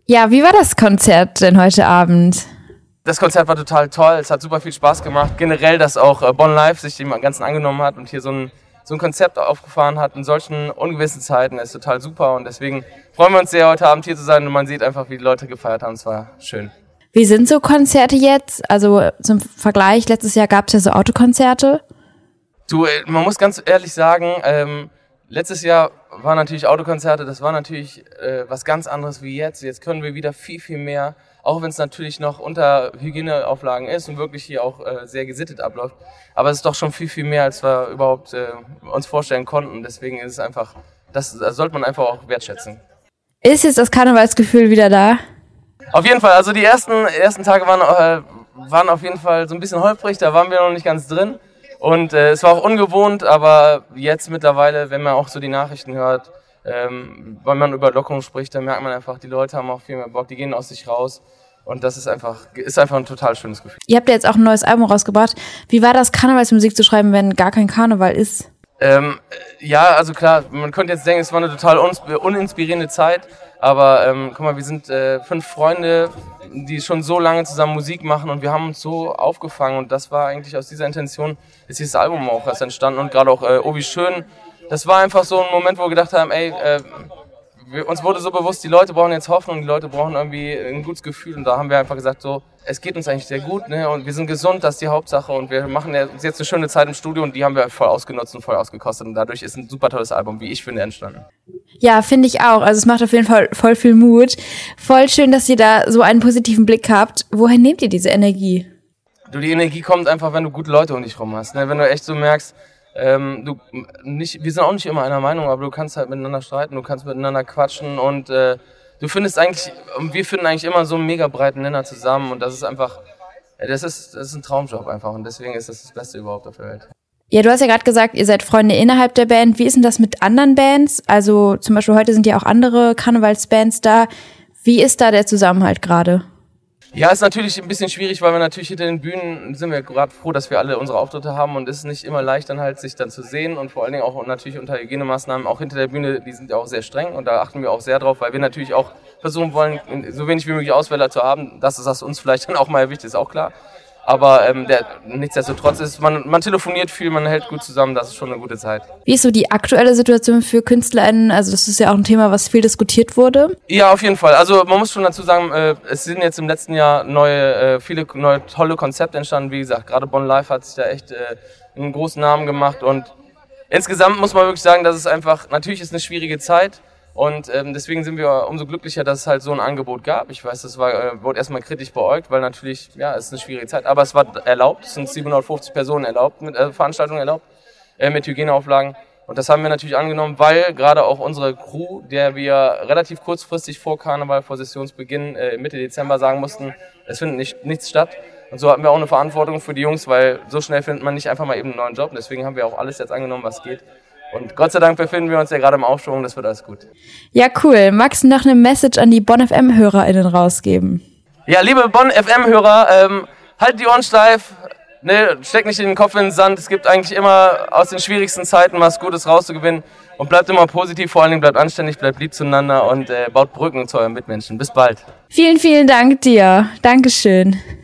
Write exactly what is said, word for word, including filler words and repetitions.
Ja, wie war das Konzert denn heute Abend? Das Konzert war total toll, es hat super viel Spaß gemacht. Generell, dass auch äh, Bonn Live sich dem Ganzen angenommen hat und hier so ein, so ein Konzept aufgefahren hat in solchen ungewissen Zeiten, ist total super. Und deswegen freuen wir uns sehr, heute Abend hier zu sein und man sieht einfach, wie die Leute gefeiert haben. Es war schön. Wie sind so Konzerte jetzt? Also zum Vergleich, letztes Jahr gab es ja so Autokonzerte. Du, man muss ganz ehrlich sagen, ähm, letztes Jahr waren natürlich Autokonzerte, das war natürlich äh, was ganz anderes wie jetzt. Jetzt können wir wieder viel, viel mehr, auch wenn es natürlich noch unter Hygieneauflagen ist und wirklich hier auch äh, sehr gesittet abläuft. Aber es ist doch schon viel, viel mehr, als wir überhaupt äh, uns vorstellen konnten. Deswegen ist es einfach, das, das sollte man einfach auch wertschätzen. Ist jetzt das Karnevalsgefühl wieder da? Auf jeden Fall, also die ersten, ersten Tage waren, äh, waren auf jeden Fall so ein bisschen holprig, da waren wir noch nicht ganz drin. Und äh, es war auch ungewohnt, aber jetzt mittlerweile, wenn man auch so die Nachrichten hört, ähm, wenn man über Lockerung spricht, dann merkt man einfach, die Leute haben auch viel mehr Bock, die gehen aus sich raus. Und das ist einfach, ist einfach ein total schönes Gefühl. Ihr habt ja jetzt auch ein neues Album rausgebracht. Wie war das, Karnevalsmusik zu schreiben, wenn gar kein Karneval ist? Ähm, ja, also klar, man könnte jetzt denken, es war eine total uninspirierende Zeit. Aber ähm, guck mal, wir sind äh, fünf Freunde, die schon so lange zusammen Musik machen und wir haben uns so aufgefangen und das war eigentlich aus dieser Intention, ist dieses Album auch erst entstanden und gerade auch äh, Oh wie schön, das war einfach so ein Moment, wo wir gedacht haben, ey, äh, wir, uns wurde so bewusst, die Leute brauchen jetzt Hoffnung, die Leute brauchen irgendwie ein gutes Gefühl und da haben wir einfach gesagt so, es geht uns eigentlich sehr gut, ne, und wir sind gesund, das ist die Hauptsache und wir machen ja jetzt eine schöne Zeit im Studio und die haben wir voll ausgenutzt und voll ausgekostet und dadurch ist ein super tolles Album, wie ich finde, entstanden. Ja, finde ich auch. Also es macht auf jeden Fall voll viel Mut. Voll schön, dass ihr da so einen positiven Blick habt. Woher nehmt ihr diese Energie? Du, die Energie kommt einfach, wenn du gute Leute um dich rum hast. Ne? Wenn du echt so merkst, ähm, du nicht, wir sind auch nicht immer einer Meinung, aber du kannst halt miteinander streiten, du kannst miteinander quatschen und äh, du findest eigentlich, wir finden eigentlich immer so einen mega breiten Nenner zusammen und das ist einfach, das ist, das ist ein Traumjob einfach und deswegen ist das das Beste überhaupt auf der Welt. Ja, du hast ja gerade gesagt, ihr seid Freunde innerhalb der Band. Wie ist denn das mit anderen Bands? Also zum Beispiel heute sind ja auch andere Karnevalsbands da. Wie ist da der Zusammenhalt gerade? Ja, ist natürlich ein bisschen schwierig, weil wir natürlich hinter den Bühnen sind wir gerade froh, dass wir alle unsere Auftritte haben und es ist nicht immer leicht dann halt sich dann zu sehen und vor allen Dingen auch natürlich unter Hygienemaßnahmen, auch hinter der Bühne, die sind ja auch sehr streng und da achten wir auch sehr drauf, weil wir natürlich auch versuchen wollen, so wenig wie möglich Auswähler zu haben. Das ist das uns vielleicht dann auch mal wichtig, ist auch klar. Aber ähm, der, nichtsdestotrotz ist man, man telefoniert viel, man hält gut zusammen, das ist schon eine gute Zeit. Wie ist so die aktuelle Situation für KünstlerInnen? Also das ist ja auch ein Thema, was viel diskutiert wurde. Ja, auf jeden Fall. Also man muss schon dazu sagen, äh, es sind jetzt im letzten Jahr neue, äh, viele neue tolle Konzepte entstanden. Wie gesagt, gerade Bonn Live hat sich da echt äh, einen großen Namen gemacht und insgesamt muss man wirklich sagen, dass es einfach, natürlich ist eine schwierige Zeit. Und ähm, deswegen sind wir umso glücklicher, dass es halt so ein Angebot gab. Ich weiß, das war, äh, wurde erstmal kritisch beäugt, weil natürlich, ja, es ist eine schwierige Zeit. Aber es war erlaubt, es sind siebenhundertfünfzig Personen erlaubt, mit äh, Veranstaltungen erlaubt, äh, mit Hygieneauflagen. Und das haben wir natürlich angenommen, weil gerade auch unsere Crew, der wir relativ kurzfristig vor Karneval, vor Sessionsbeginn, äh, Mitte Dezember sagen mussten, es findet nicht, nichts statt. Und so hatten wir auch eine Verantwortung für die Jungs, weil so schnell findet man nicht einfach mal eben einen neuen Job. Und deswegen haben wir auch alles jetzt angenommen, was geht. Und Gott sei Dank befinden wir uns ja gerade im Aufschwung, das wird alles gut. Ja, cool. Magst du noch eine Message an die Bonn F M-HörerInnen rausgeben? Ja, liebe Bonn F M-Hörer, ähm, halt die Ohren steif, ne, steck nicht in den Kopf in den Sand. Es gibt eigentlich immer aus den schwierigsten Zeiten was Gutes rauszugewinnen. Und bleibt immer positiv, vor allen Dingen bleibt anständig, bleibt lieb zueinander und äh, baut Brücken zu euren Mitmenschen. Bis bald. Vielen, vielen Dank dir. Dankeschön.